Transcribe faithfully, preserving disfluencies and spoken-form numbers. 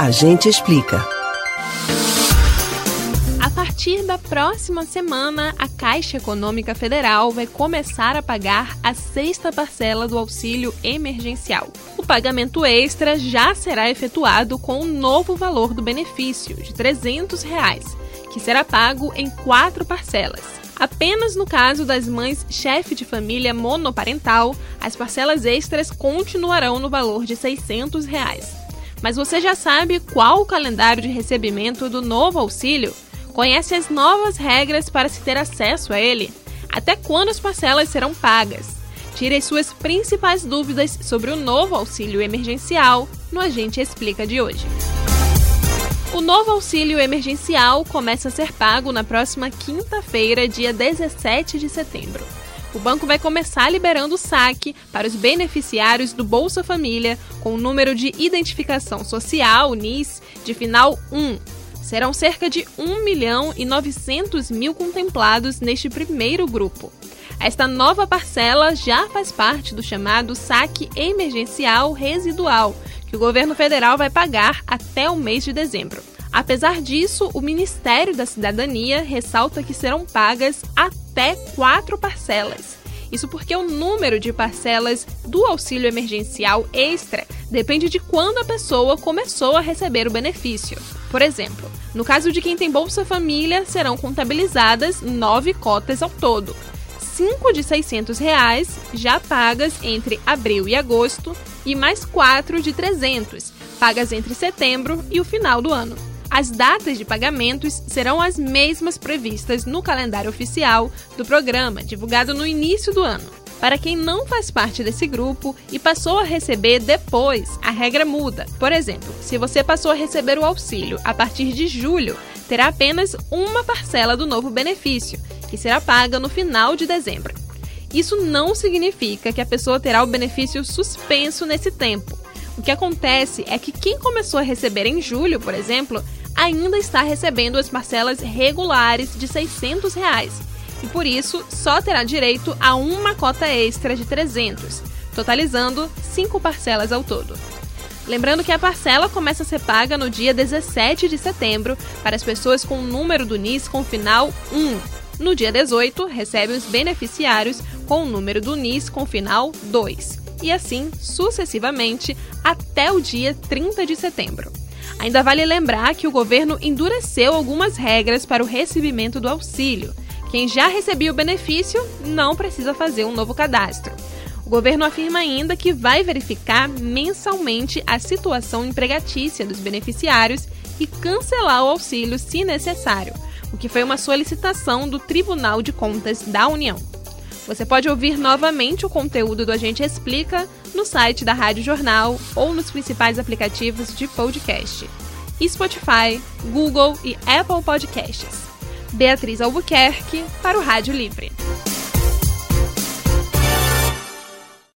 A gente explica. A partir da próxima semana, a Caixa Econômica Federal vai começar a pagar a sexta parcela do auxílio emergencial. O pagamento extra já será efetuado com o novo valor do benefício, de trezentos reais, que será pago em quatro parcelas. Apenas no caso das mães chefe de família monoparental, as parcelas extras continuarão no valor de seiscentos reais. Mas você já sabe qual o calendário de recebimento do novo auxílio? Conhece as novas regras para se ter acesso a ele? Até quando as parcelas serão pagas? Tire as suas principais dúvidas sobre o novo auxílio emergencial no A Gente Explica de hoje. O novo auxílio emergencial começa a ser pago na próxima quinta-feira, dia dezessete de setembro. O banco vai começar liberando o saque para os beneficiários do Bolsa Família com o número de identificação social, N I S, de final um. Serão cerca de um milhão e novecentos mil contemplados neste primeiro grupo. Esta nova parcela já faz parte do chamado saque emergencial residual, que o governo federal vai pagar até o mês de dezembro. Apesar disso, o Ministério da Cidadania ressalta que serão pagas até quatro parcelas. Isso porque o número de parcelas do auxílio emergencial extra depende de quando a pessoa começou a receber o benefício. Por exemplo, no caso de quem tem Bolsa Família, serão contabilizadas nove cotas ao todo. Cinco de seiscentos reais, já pagas entre abril e agosto, e mais quatro de trezentos, pagas entre setembro e o final do ano. As datas de pagamentos serão as mesmas previstas no calendário oficial do programa, divulgado no início do ano. Para quem não faz parte desse grupo e passou a receber depois, a regra muda. Por exemplo, se você passou a receber o auxílio a partir de julho, terá apenas uma parcela do novo benefício, que será paga no final de dezembro. Isso não significa que a pessoa terá o benefício suspenso nesse tempo. O que acontece é que quem começou a receber em julho, por exemplo, ainda está recebendo as parcelas regulares de seiscentos reais e, por isso, só terá direito a uma cota extra de trezentos, totalizando cinco parcelas ao todo. Lembrando que a parcela começa a ser paga no dia dezessete de setembro para as pessoas com o número do N I S com final um. No dia dezoito, recebe os beneficiários com o número do N I S com final dois. E assim, sucessivamente, até o dia trinta de setembro. Ainda vale lembrar que o governo endureceu algumas regras para o recebimento do auxílio. Quem já recebia o benefício não precisa fazer um novo cadastro. O governo afirma ainda que vai verificar mensalmente a situação empregatícia dos beneficiários e cancelar o auxílio se necessário, o que foi uma solicitação do Tribunal de Contas da União. Você pode ouvir novamente o conteúdo do A Gente Explica no site da Rádio Jornal ou nos principais aplicativos de podcast: Spotify, Google e Apple Podcasts. Beatriz Albuquerque para o Rádio Livre.